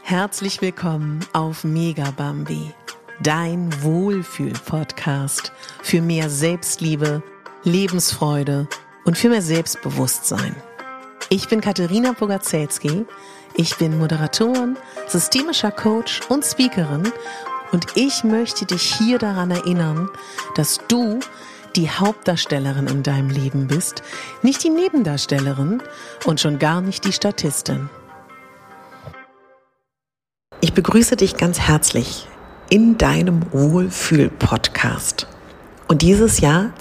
Herzlich willkommen auf Mega Bambi, dein Wohlfühl-Podcast für mehr Selbstliebe, Lebensfreude und für mehr Selbstbewusstsein. Ich bin Katharina Bogaczewski, ich bin Moderatorin, systemischer Coach und Speakerin und ich möchte dich hier daran erinnern, dass du die Hauptdarstellerin in deinem Leben bist, nicht die Nebendarstellerin und schon gar nicht die Statistin. Ich begrüße dich ganz herzlich in deinem Wohlfühl-Podcast. Und dieses Jahr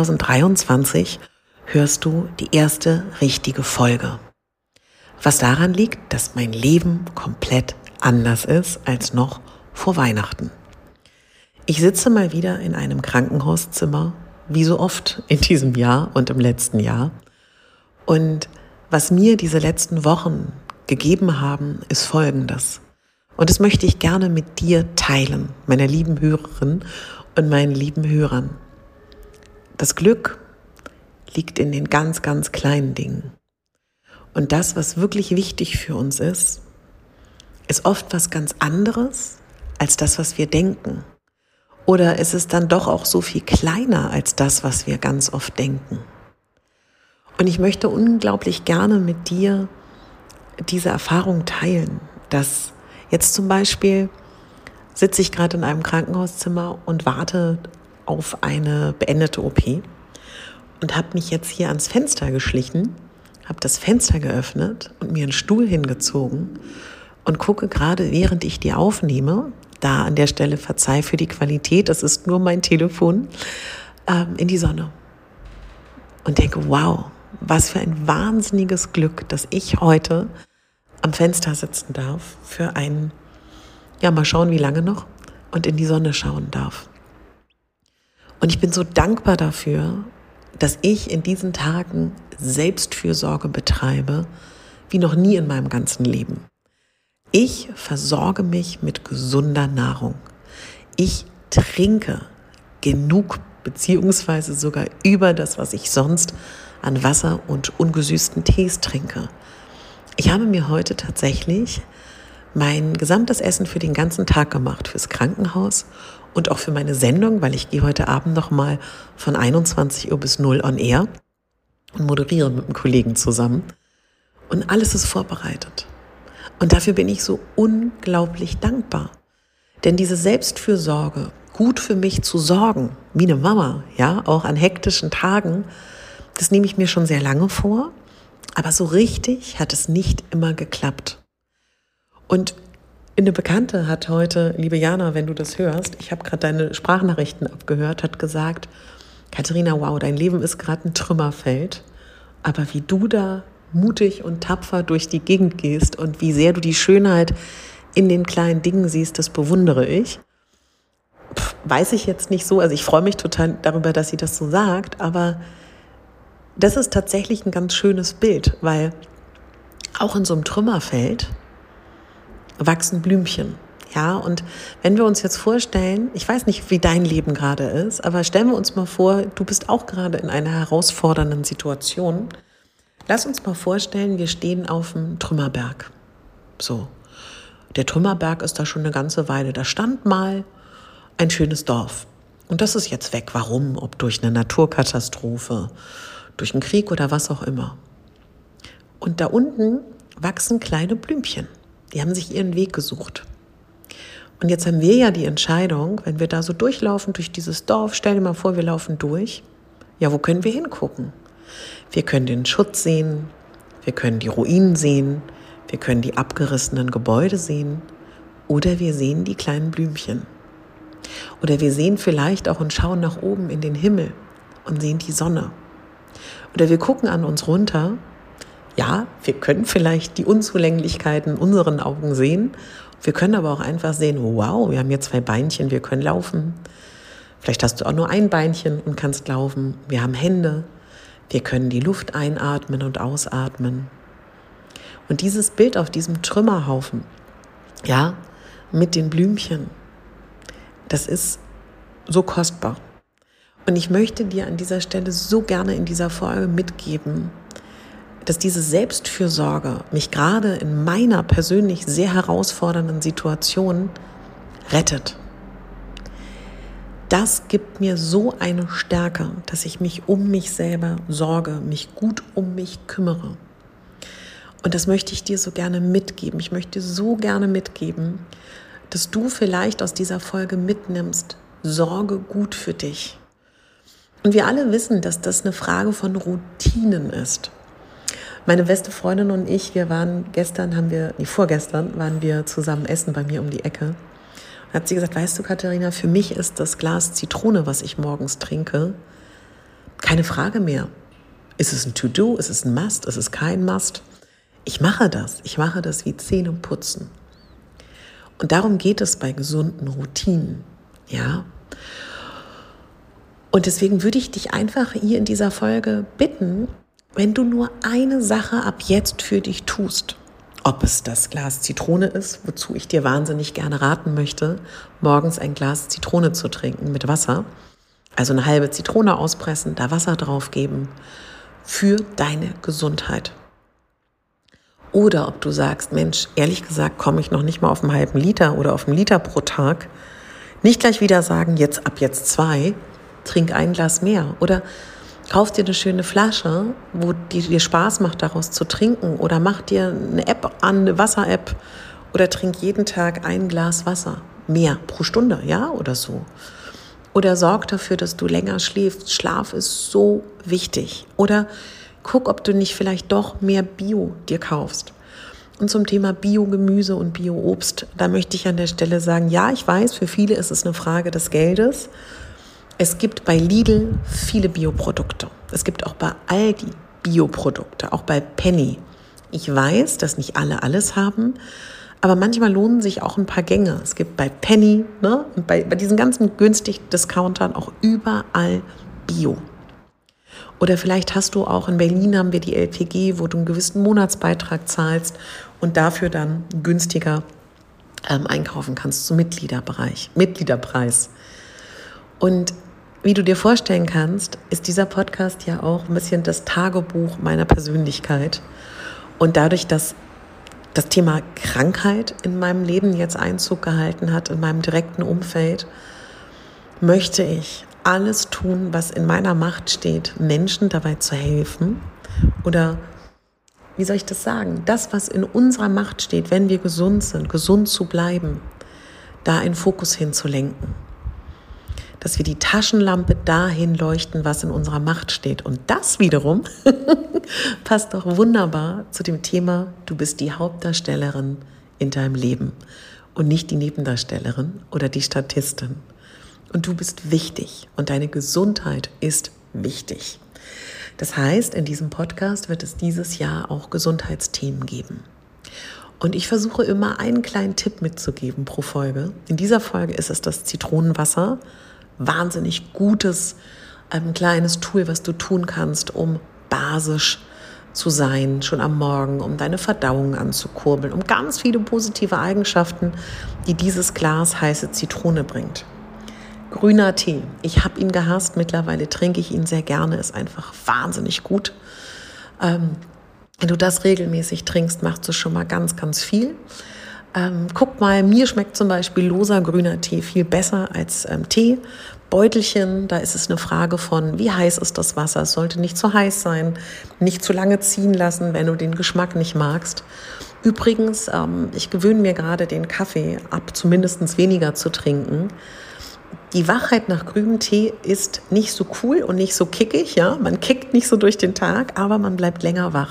2023 hörst du die erste richtige Folge. Was daran liegt, dass mein Leben komplett anders ist als noch vor Weihnachten. Ich sitze mal wieder in einem Krankenhauszimmer, wie so oft in diesem Jahr und im letzten Jahr. Und was mir diese letzten Wochen gegeben haben, ist Folgendes. Und das möchte ich gerne mit dir teilen, meiner lieben Hörerin und meinen lieben Hörern. Das Glück liegt in den ganz, ganz kleinen Dingen. Und das, was wirklich wichtig für uns ist oft was ganz anderes als das, was wir denken. Oder ist es dann doch auch so viel kleiner als das, was wir ganz oft denken? Und ich möchte unglaublich gerne mit dir diese Erfahrung teilen, dass jetzt zum Beispiel sitze ich gerade in einem Krankenhauszimmer und warte auf eine beendete OP und habe mich jetzt hier ans Fenster geschlichen, habe das Fenster geöffnet und mir einen Stuhl hingezogen und gucke gerade, während ich die aufnehme, da an der Stelle verzeih für die Qualität, das ist nur mein Telefon, in die Sonne. Und denke, wow, was für ein wahnsinniges Glück, dass ich heute am Fenster sitzen darf für mal schauen, wie lange noch, und in die Sonne schauen darf. Und ich bin so dankbar dafür, dass ich in diesen Tagen Selbstfürsorge betreibe, wie noch nie in meinem ganzen Leben. Ich versorge mich mit gesunder Nahrung. Ich trinke genug, beziehungsweise sogar über das, was ich sonst an Wasser und ungesüßten Tees trinke. Ich habe mir heute tatsächlich mein gesamtes Essen für den ganzen Tag gemacht, fürs Krankenhaus und auch für meine Sendung, weil ich gehe heute Abend nochmal von 21 Uhr bis 0 on air und moderiere mit einem Kollegen zusammen. Und alles ist vorbereitet. Und dafür bin ich so unglaublich dankbar. Denn diese Selbstfürsorge, gut für mich zu sorgen, wie eine Mama, ja, auch an hektischen Tagen, das nehme ich mir schon sehr lange vor. Aber so richtig hat es nicht immer geklappt. Und eine Bekannte hat heute, liebe Jana, wenn du das hörst, ich habe gerade deine Sprachnachrichten abgehört, hat gesagt, Katharina, wow, dein Leben ist gerade ein Trümmerfeld, aber wie du da mutig und tapfer durch die Gegend gehst und wie sehr du die Schönheit in den kleinen Dingen siehst, das bewundere ich. Weiß ich jetzt nicht so, also ich freue mich total darüber, dass sie das so sagt, aber das ist tatsächlich ein ganz schönes Bild, weil auch in so einem Trümmerfeld wachsen Blümchen. Ja, und wenn wir uns jetzt vorstellen, ich weiß nicht, wie dein Leben gerade ist, aber stellen wir uns mal vor, du bist auch gerade in einer herausfordernden Situation. Lass uns mal vorstellen, wir stehen auf dem Trümmerberg. So, der Trümmerberg ist da schon eine ganze Weile. Da stand mal ein schönes Dorf. Und das ist jetzt weg. Warum? Ob durch eine Naturkatastrophe, durch einen Krieg oder was auch immer. Und da unten wachsen kleine Blümchen. Die haben sich ihren Weg gesucht. Und jetzt haben wir ja die Entscheidung, wenn wir da so durchlaufen durch dieses Dorf, stell dir mal vor, wir laufen durch. Ja, wo können wir hingucken? Wir können den Schutt sehen, wir können die Ruinen sehen, wir können die abgerissenen Gebäude sehen oder wir sehen die kleinen Blümchen. Oder wir sehen vielleicht auch und schauen nach oben in den Himmel und sehen die Sonne. Oder wir gucken an uns runter. Ja, wir können vielleicht die Unzulänglichkeiten in unseren Augen sehen. Wir können aber auch einfach sehen, wow, wir haben hier 2 Beinchen, wir können laufen. Vielleicht hast du auch nur ein Beinchen und kannst laufen. Wir haben Hände. Wir können die Luft einatmen und ausatmen. Und dieses Bild auf diesem Trümmerhaufen, ja, mit den Blümchen, das ist so kostbar. Und ich möchte dir an dieser Stelle so gerne in dieser Folge mitgeben, dass diese Selbstfürsorge mich gerade in meiner persönlich sehr herausfordernden Situation rettet. Das gibt mir so eine Stärke, dass ich mich um mich selber sorge, mich gut um mich kümmere. Und das möchte ich dir so gerne mitgeben. Ich möchte so gerne mitgeben, dass du vielleicht aus dieser Folge mitnimmst, sorge gut für dich. Und wir alle wissen, dass das eine Frage von Routinen ist. Meine beste Freundin und ich, vorgestern waren wir zusammen essen bei mir um die Ecke. Und hat sie gesagt, weißt du, Katharina, für mich ist das Glas Zitrone, was ich morgens trinke, keine Frage mehr. Ist es ein To-Do? Ist es ein Must? Ist es kein Must? Ich mache das wie Zähne putzen. Und darum geht es bei gesunden Routinen, ja. Und deswegen würde ich dich einfach hier in dieser Folge bitten, wenn du nur eine Sache ab jetzt für dich tust, ob es das Glas Zitrone ist, wozu ich dir wahnsinnig gerne raten möchte, morgens ein Glas Zitrone zu trinken mit Wasser, also eine halbe Zitrone auspressen, da Wasser drauf geben, für deine Gesundheit. Oder ob du sagst, Mensch, ehrlich gesagt komme ich noch nicht mal auf einen halben Liter oder auf einen Liter pro Tag, nicht gleich wieder sagen, ab jetzt 2, trink ein Glas mehr. Oder kauf dir eine schöne Flasche, wo dir Spaß macht, daraus zu trinken. Oder mach dir eine App an, eine Wasser-App. Oder trink jeden Tag ein Glas Wasser. Mehr pro Stunde, ja, oder so. Oder sorg dafür, dass du länger schläfst. Schlaf ist so wichtig. Oder guck, ob du nicht vielleicht doch mehr Bio dir kaufst. Und zum Thema Bio-Gemüse und Bio-Obst, da möchte ich an der Stelle sagen, ja, ich weiß, für viele ist es eine Frage des Geldes. Es gibt bei Lidl viele Bioprodukte. Es gibt auch bei Aldi Bioprodukte, auch bei Penny. Ich weiß, dass nicht alle alles haben, aber manchmal lohnen sich auch ein paar Gänge. Es gibt bei Penny, und bei diesen ganzen günstigen Discountern auch überall Bio. Oder vielleicht hast du auch, in Berlin haben wir die LPG, wo du einen gewissen Monatsbeitrag zahlst und dafür dann günstiger einkaufen kannst zum Mitgliederpreis. Und wie du dir vorstellen kannst, ist dieser Podcast ja auch ein bisschen das Tagebuch meiner Persönlichkeit. Und dadurch, dass das Thema Krankheit in meinem Leben jetzt Einzug gehalten hat, in meinem direkten Umfeld, möchte ich alles tun, was in meiner Macht steht, Menschen dabei zu helfen. Oder, wie soll ich das sagen, das, was in unserer Macht steht, wenn wir gesund sind, gesund zu bleiben, da einen Fokus hinzulenken. Dass wir die Taschenlampe dahin leuchten, was in unserer Macht steht. Und das wiederum passt doch wunderbar zu dem Thema, du bist die Hauptdarstellerin in deinem Leben und nicht die Nebendarstellerin oder die Statistin. Und du bist wichtig und deine Gesundheit ist wichtig. Das heißt, in diesem Podcast wird es dieses Jahr auch Gesundheitsthemen geben. Und ich versuche immer einen kleinen Tipp mitzugeben pro Folge. In dieser Folge ist es das Zitronenwasser. Wahnsinnig gutes, kleines Tool, was du tun kannst, um basisch zu sein, schon am Morgen, um deine Verdauung anzukurbeln, um ganz viele positive Eigenschaften, die dieses Glas heiße Zitrone bringt. Grüner Tee. Ich habe ihn gehasst, mittlerweile trinke ich ihn sehr gerne, ist einfach wahnsinnig gut. Wenn du das regelmäßig trinkst, machst du schon mal ganz, ganz viel. Guck mal, mir schmeckt zum Beispiel loser grüner Tee viel besser als Teebeutelchen. Da ist es eine Frage von, wie heiß ist das Wasser? Es sollte nicht zu heiß sein, nicht zu lange ziehen lassen, wenn du den Geschmack nicht magst. Übrigens, ich gewöhne mir gerade den Kaffee ab, zumindest weniger zu trinken. Die Wachheit nach grünem Tee ist nicht so cool und nicht so kickig, ja. Man kickt nicht so durch den Tag, aber man bleibt länger wach.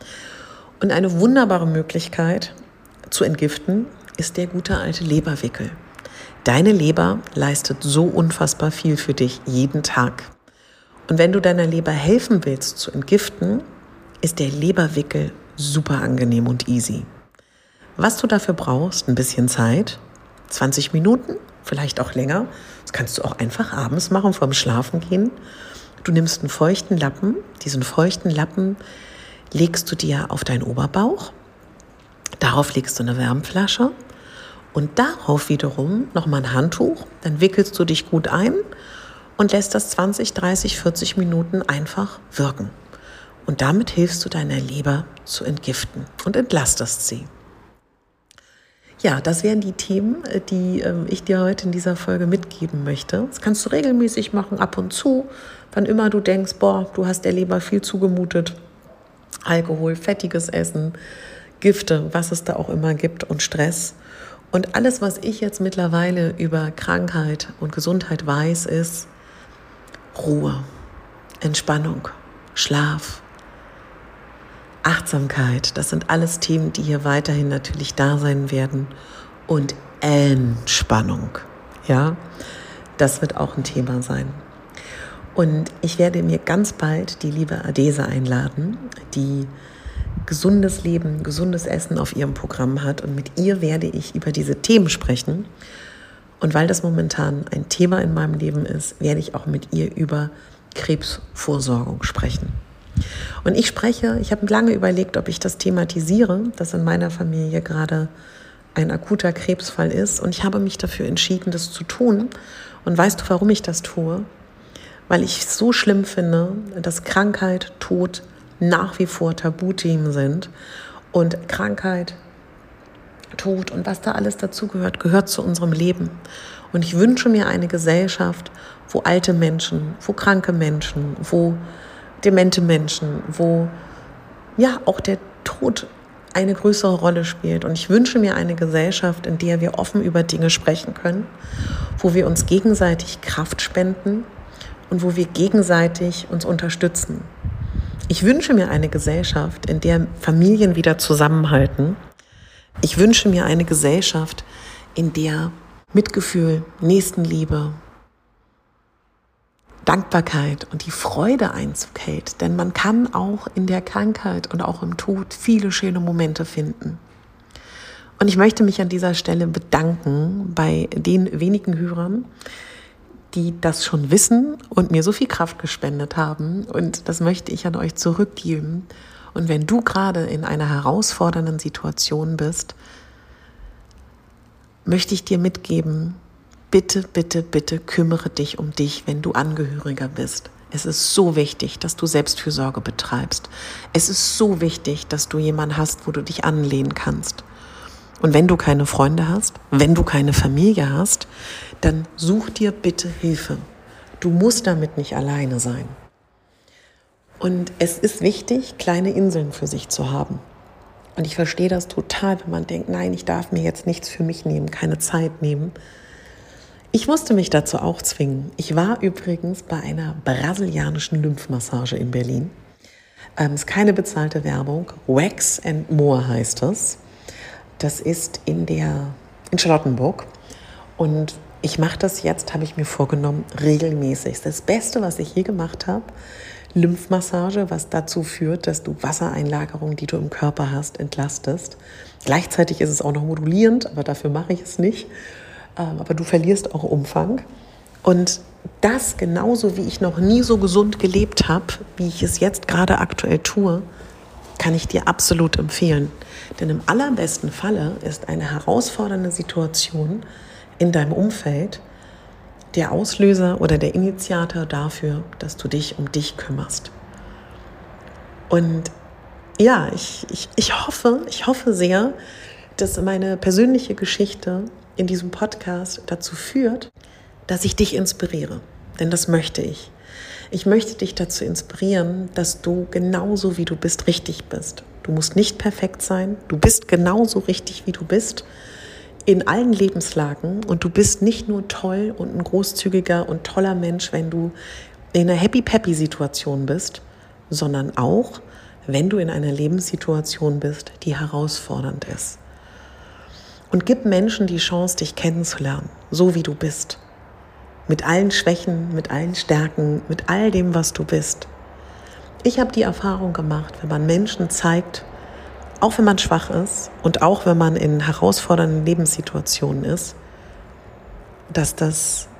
Und eine wunderbare Möglichkeit zu entgiften ist der gute alte Leberwickel. Deine Leber leistet so unfassbar viel für dich jeden Tag. Und wenn du deiner Leber helfen willst zu entgiften, ist der Leberwickel super angenehm und easy. Was du dafür brauchst, ein bisschen Zeit, 20 Minuten, vielleicht auch länger. Das kannst du auch einfach abends machen, vorm Schlafengehen. Du nimmst einen feuchten Lappen. Diesen feuchten Lappen legst du dir auf deinen Oberbauch. Darauf legst du eine Wärmflasche und darauf wiederum nochmal ein Handtuch. Dann wickelst du dich gut ein und lässt das 20, 30, 40 Minuten einfach wirken. Und damit hilfst du deiner Leber zu entgiften und entlastest sie. Ja, das wären die Themen, die ich dir heute in dieser Folge mitgeben möchte. Das kannst du regelmäßig machen, ab und zu, wann immer du denkst, du hast der Leber viel zugemutet. Alkohol, fettiges Essen, Gifte, was es da auch immer gibt und Stress. Und alles, was ich jetzt mittlerweile über Krankheit und Gesundheit weiß, ist Ruhe, Entspannung, Schlaf, Achtsamkeit. Das sind alles Themen, die hier weiterhin natürlich da sein werden. Und Entspannung, ja, das wird auch ein Thema sein. Und ich werde mir ganz bald die liebe Adese einladen, die gesundes Leben, gesundes Essen auf ihrem Programm hat. Und mit ihr werde ich über diese Themen sprechen. Und weil das momentan ein Thema in meinem Leben ist, werde ich auch mit ihr über Krebsvorsorgung sprechen. Und ich habe lange überlegt, ob ich das thematisiere, dass in meiner Familie gerade ein akuter Krebsfall ist. Und ich habe mich dafür entschieden, das zu tun. Und weißt du, warum ich das tue? Weil ich es so schlimm finde, dass Krankheit, Tod nach wie vor Tabuthemen sind. Und Krankheit, Tod und was da alles dazugehört, gehört zu unserem Leben. Und ich wünsche mir eine Gesellschaft, wo alte Menschen, wo kranke Menschen, wo demente Menschen, wo ja auch der Tod eine größere Rolle spielt. Und ich wünsche mir eine Gesellschaft, in der wir offen über Dinge sprechen können, wo wir uns gegenseitig Kraft spenden und wo wir gegenseitig uns unterstützen. Ich wünsche mir eine Gesellschaft, in der Familien wieder zusammenhalten. Ich wünsche mir eine Gesellschaft, in der Mitgefühl, Nächstenliebe, Dankbarkeit und die Freude Einzug hält. Denn man kann auch in der Krankheit und auch im Tod viele schöne Momente finden. Und ich möchte mich an dieser Stelle bedanken bei den wenigen Hörern, die das schon wissen und mir so viel Kraft gespendet haben. Und das möchte ich an euch zurückgeben. Und wenn du gerade in einer herausfordernden Situation bist, möchte ich dir mitgeben, bitte, bitte, bitte kümmere dich um dich, wenn du Angehöriger bist. Es ist so wichtig, dass du Selbstfürsorge betreibst. Es ist so wichtig, dass du jemanden hast, wo du dich anlehnen kannst. Und wenn du keine Freunde hast, wenn du keine Familie hast, dann such dir bitte Hilfe. Du musst damit nicht alleine sein. Und es ist wichtig, kleine Inseln für sich zu haben. Und ich verstehe das total, wenn man denkt, nein, ich darf mir jetzt nichts für mich nehmen, keine Zeit nehmen. Ich musste mich dazu auch zwingen. Ich war übrigens bei einer brasilianischen Lymphmassage in Berlin. Ist keine bezahlte Werbung. Wax and More heißt das. Das ist in Charlottenburg. Und ich mache das jetzt, habe ich mir vorgenommen, regelmäßig. Das ist das Beste, was ich je gemacht habe. Lymphmassage, was dazu führt, dass du Wassereinlagerungen, die du im Körper hast, entlastest. Gleichzeitig ist es auch noch modulierend, aber dafür mache ich es nicht. Aber du verlierst auch Umfang. Und das genauso wie ich noch nie so gesund gelebt habe, wie ich es jetzt gerade aktuell tue, kann ich dir absolut empfehlen. Denn im allerbesten Falle ist eine herausfordernde Situation in deinem Umfeld der Auslöser oder der Initiator dafür, dass du dich um dich kümmerst. Und ja, ich hoffe sehr, dass meine persönliche Geschichte in diesem Podcast dazu führt, dass ich dich inspiriere. Denn das möchte ich. Ich möchte dich dazu inspirieren, dass du genauso wie du bist, richtig bist. Du musst nicht perfekt sein. Du bist genauso richtig, wie du bist, in allen Lebenslagen. Und du bist nicht nur toll und ein großzügiger und toller Mensch, wenn du in einer Happy-Peppy-Situation bist, sondern auch, wenn du in einer Lebenssituation bist, die herausfordernd ist. Und gib Menschen die Chance, dich kennenzulernen, so wie du bist. Mit allen Schwächen, mit allen Stärken, mit all dem, was du bist. Ich habe die Erfahrung gemacht, wenn man Menschen zeigt, auch wenn man schwach ist und auch wenn man in herausfordernden Lebenssituationen ist, dass das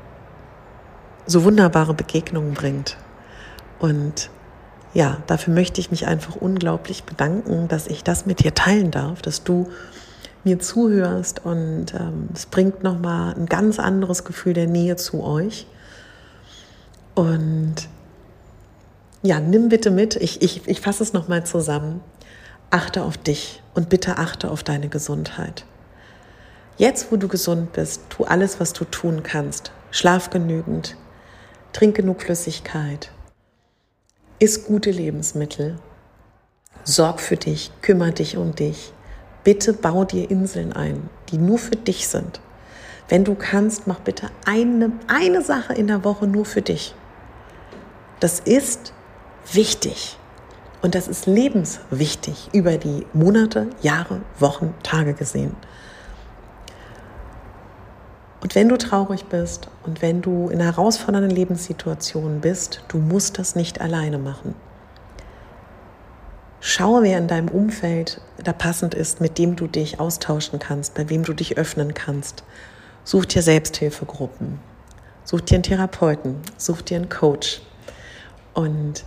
so wunderbare Begegnungen bringt. Und ja, dafür möchte ich mich einfach unglaublich bedanken, dass ich das mit dir teilen darf, dass du mir zuhörst und es bringt nochmal ein ganz anderes Gefühl der Nähe zu euch. Und ja, nimm bitte mit, ich fasse es nochmal zusammen. Achte auf dich und bitte achte auf deine Gesundheit. Jetzt, wo du gesund bist, tu alles, was du tun kannst. Schlaf genügend, trink genug Flüssigkeit, iss gute Lebensmittel, sorg für dich, kümmere dich um dich. Bitte bau dir Inseln ein, die nur für dich sind. Wenn du kannst, mach bitte eine Sache in der Woche nur für dich. Das ist wichtig und das ist lebenswichtig über die Monate, Jahre, Wochen, Tage gesehen. Und wenn du traurig bist und wenn du in herausfordernden Lebenssituationen bist, du musst das nicht alleine machen. Schaue, wer in deinem Umfeld da passend ist, mit dem du dich austauschen kannst, bei wem du dich öffnen kannst. Such dir Selbsthilfegruppen, such dir einen Therapeuten, such dir einen Coach. Und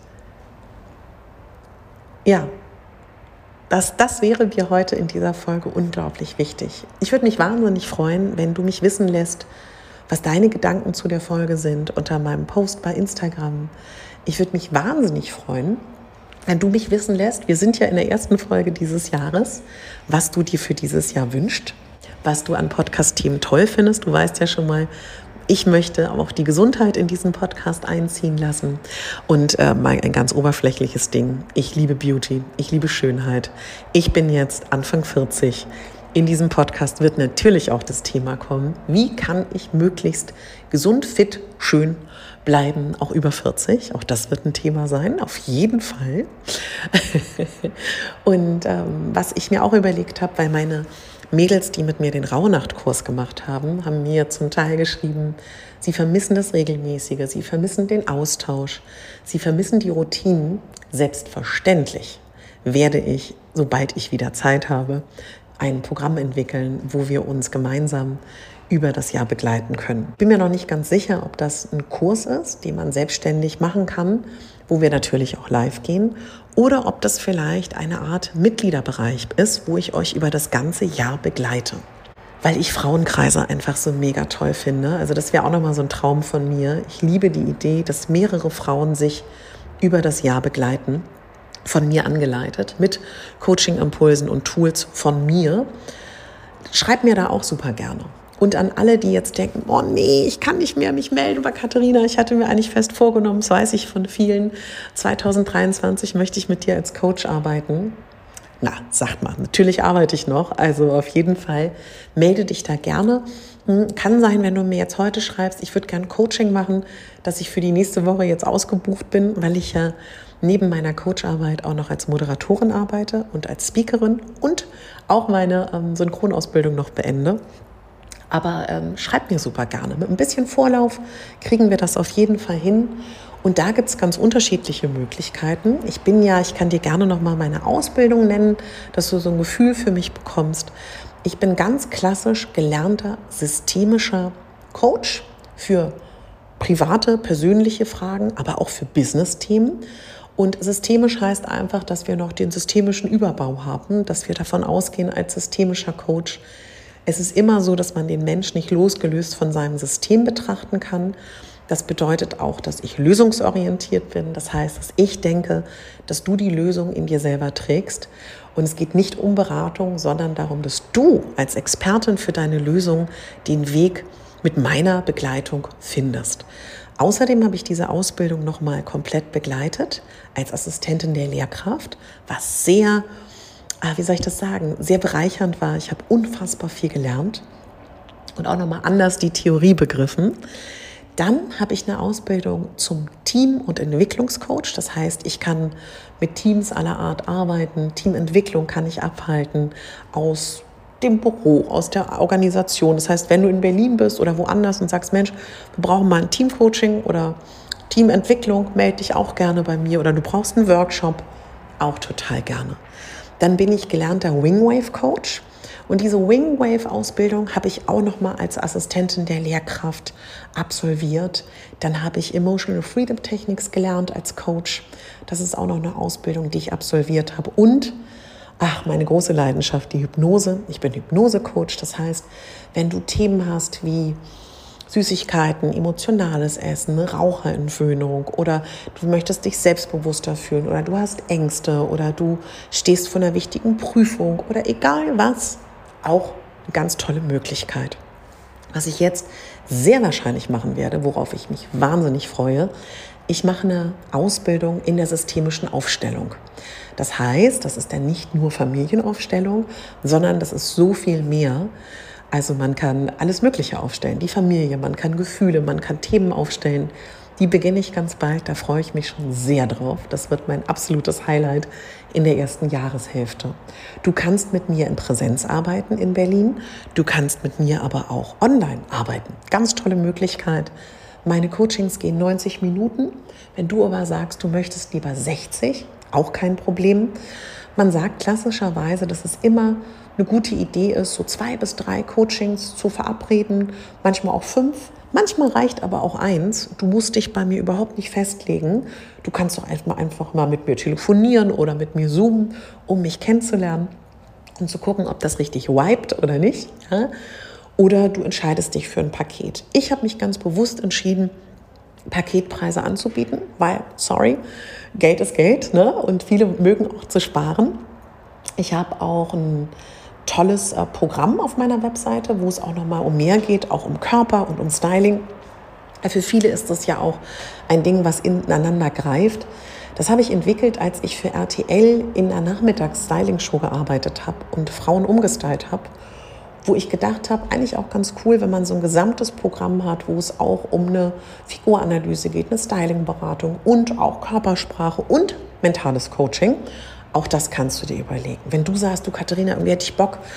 ja, das wäre mir heute in dieser Folge unglaublich wichtig. Ich würde mich wahnsinnig freuen, wenn du mich wissen lässt, was deine Gedanken zu der Folge sind unter meinem Post bei Instagram. Ich würde mich wahnsinnig freuen, wenn du mich wissen lässt, wir sind ja in der ersten Folge dieses Jahres, was du dir für dieses Jahr wünschst, was du an Podcast-Themen toll findest. Du weißt ja schon mal, ich möchte auch die Gesundheit in diesen Podcast einziehen lassen und mal ein ganz oberflächliches Ding. Ich liebe Beauty, ich liebe Schönheit. Ich bin jetzt Anfang 40. In diesem Podcast wird natürlich auch das Thema kommen, wie kann ich möglichst gesund, fit, schön bleiben, auch über 40. Auch das wird ein Thema sein, auf jeden Fall. Und was ich mir auch überlegt habe, weil meine Mädels, die mit mir den Rauhnachtkurs gemacht haben, haben mir zum Teil geschrieben, sie vermissen das Regelmäßige, sie vermissen den Austausch, sie vermissen die Routinen. Selbstverständlich werde ich, sobald ich wieder Zeit habe, ein Programm entwickeln, wo wir uns gemeinsam über das Jahr begleiten können. Bin mir noch nicht ganz sicher, ob das ein Kurs ist, den man selbstständig machen kann, wo wir natürlich auch live gehen, oder ob das vielleicht eine Art Mitgliederbereich ist, wo ich euch über das ganze Jahr begleite. Weil ich Frauenkreise einfach so mega toll finde. Also das wäre auch nochmal so ein Traum von mir. Ich liebe die Idee, dass mehrere Frauen sich über das Jahr begleiten, von mir angeleitet, mit Coaching-Impulsen und Tools von mir. Schreibt mir da auch super gerne. Und an alle, die jetzt denken, oh nee, ich kann nicht mehr mich melden über Katharina, ich hatte mir eigentlich fest vorgenommen, das weiß ich von vielen, 2023 möchte ich mit dir als Coach arbeiten. Na, sagt mal, natürlich arbeite ich noch, also auf jeden Fall melde dich da gerne. Kann sein, wenn du mir jetzt heute schreibst, ich würde gerne Coaching machen, dass ich für die nächste Woche jetzt ausgebucht bin, weil ich ja neben meiner Coacharbeit auch noch als Moderatorin arbeite und als Speakerin und auch meine Synchronausbildung noch beende. Aber schreibt mir super gerne. Mit ein bisschen Vorlauf kriegen wir das auf jeden Fall hin. Und da gibt es ganz unterschiedliche Möglichkeiten. Ich kann dir gerne nochmal meine Ausbildung nennen, dass du so ein Gefühl für mich bekommst. Ich bin ganz klassisch gelernter systemischer Coach für private, persönliche Fragen, aber auch für Business-Themen. Und systemisch heißt einfach, dass wir noch den systemischen Überbau haben, dass wir davon ausgehen als systemischer Coach, es ist immer so, dass man den Mensch nicht losgelöst von seinem System betrachten kann. Das bedeutet auch, dass ich lösungsorientiert bin. Das heißt, dass ich denke, dass du die Lösung in dir selber trägst. Und es geht nicht um Beratung, sondern darum, dass du als Expertin für deine Lösung den Weg mit meiner Begleitung findest. Außerdem habe ich diese Ausbildung nochmal komplett begleitet als Assistentin der Lehrkraft, was sehr bereichernd war. Ich habe unfassbar viel gelernt und auch nochmal anders die Theorie begriffen. Dann habe ich eine Ausbildung zum Team- und Entwicklungscoach. Das heißt, ich kann mit Teams aller Art arbeiten. Teamentwicklung kann ich abhalten aus dem Büro, aus der Organisation. Das heißt, wenn du in Berlin bist oder woanders und sagst, Mensch, wir brauchen mal ein Teamcoaching oder Teamentwicklung, melde dich auch gerne bei mir. Oder du brauchst einen Workshop, auch total gerne. Dann bin ich gelernter Wingwave-Coach und diese Wingwave-Ausbildung habe ich auch nochmal als Assistentin der Lehrkraft absolviert. Dann habe ich Emotional Freedom Techniques gelernt als Coach. Das ist auch noch eine Ausbildung, die ich absolviert habe. Und, meine große Leidenschaft, die Hypnose. Ich bin Hypnose-Coach. Das heißt, wenn du Themen hast wie Süßigkeiten, emotionales Essen, eine Raucherentwöhnung oder du möchtest dich selbstbewusster fühlen oder du hast Ängste oder du stehst vor einer wichtigen Prüfung oder egal was, auch eine ganz tolle Möglichkeit. Was ich jetzt sehr wahrscheinlich machen werde, worauf ich mich wahnsinnig freue, ich mache eine Ausbildung in der systemischen Aufstellung. Das heißt, das ist dann nicht nur Familienaufstellung, sondern das ist so viel mehr. Also man kann alles Mögliche aufstellen, die Familie, man kann Gefühle, man kann Themen aufstellen. Die beginne ich ganz bald, da freue ich mich schon sehr drauf. Das wird mein absolutes Highlight in der ersten Jahreshälfte. Du kannst mit mir in Präsenz arbeiten in Berlin, du kannst mit mir aber auch online arbeiten. Ganz tolle Möglichkeit. Meine Coachings gehen 90 Minuten. Wenn du aber sagst, du möchtest lieber 60, auch kein Problem. Man sagt klassischerweise, dass es immer eine gute Idee ist, so 2 bis 3 Coachings zu verabreden, manchmal auch 5. Manchmal reicht aber auch 1. Du musst dich bei mir überhaupt nicht festlegen. Du kannst doch einfach mal mit mir telefonieren oder mit mir zoomen, um mich kennenzulernen und zu gucken, ob das richtig vibet oder nicht. Ja? Oder du entscheidest dich für ein Paket. Ich habe mich ganz bewusst entschieden, Paketpreise anzubieten, weil, Geld ist Geld, ne? Und viele mögen auch zu sparen. Ich habe auch ein tolles Programm auf meiner Webseite, wo es auch nochmal um mehr geht, auch um Körper und um Styling. Für viele ist das ja auch ein Ding, was ineinander greift. Das habe ich entwickelt, als ich für RTL in einer Nachmittags-Styling-Show gearbeitet habe und Frauen umgestylt habe, wo ich gedacht habe, eigentlich auch ganz cool, wenn man so ein gesamtes Programm hat, wo es auch um eine Figuranalyse geht, eine Stylingberatung und auch Körpersprache und mentales Coaching. Auch das kannst du dir überlegen. Wenn du sagst, du Katharina, irgendwie hätte ich Bock,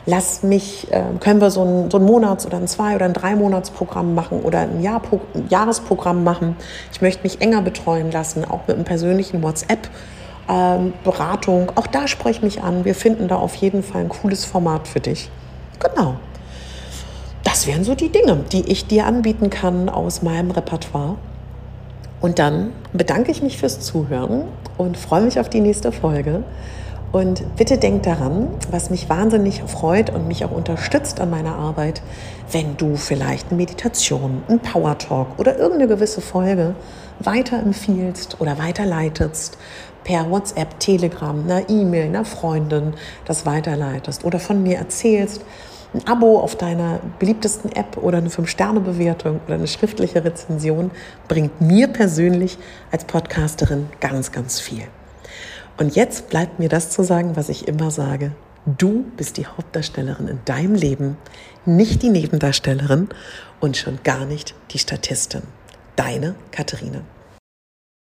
können wir so ein Monats- oder ein 2- oder ein 3-Monats-Programm machen oder ein Jahresprogramm machen. Ich möchte mich enger betreuen lassen, auch mit einem persönlichen WhatsApp-Beratung. Auch da sprech mich an. Wir finden da auf jeden Fall ein cooles Format für dich. Genau. Das wären so die Dinge, die ich dir anbieten kann aus meinem Repertoire. Und dann bedanke ich mich fürs Zuhören und freue mich auf die nächste Folge. Und bitte denk daran, was mich wahnsinnig freut und mich auch unterstützt an meiner Arbeit, wenn du vielleicht eine Meditation, einen Power Talk oder irgendeine gewisse Folge weiterempfiehlst oder weiterleitest, per WhatsApp, Telegram, einer E-Mail, einer Freundin das weiterleitest oder von mir erzählst, ein Abo auf deiner beliebtesten App oder eine 5-Sterne-Bewertung oder eine schriftliche Rezension bringt mir persönlich als Podcasterin ganz, ganz viel. Und jetzt bleibt mir das zu sagen, was ich immer sage. Du bist die Hauptdarstellerin in deinem Leben, nicht die Nebendarstellerin und schon gar nicht die Statistin. Deine Katharina.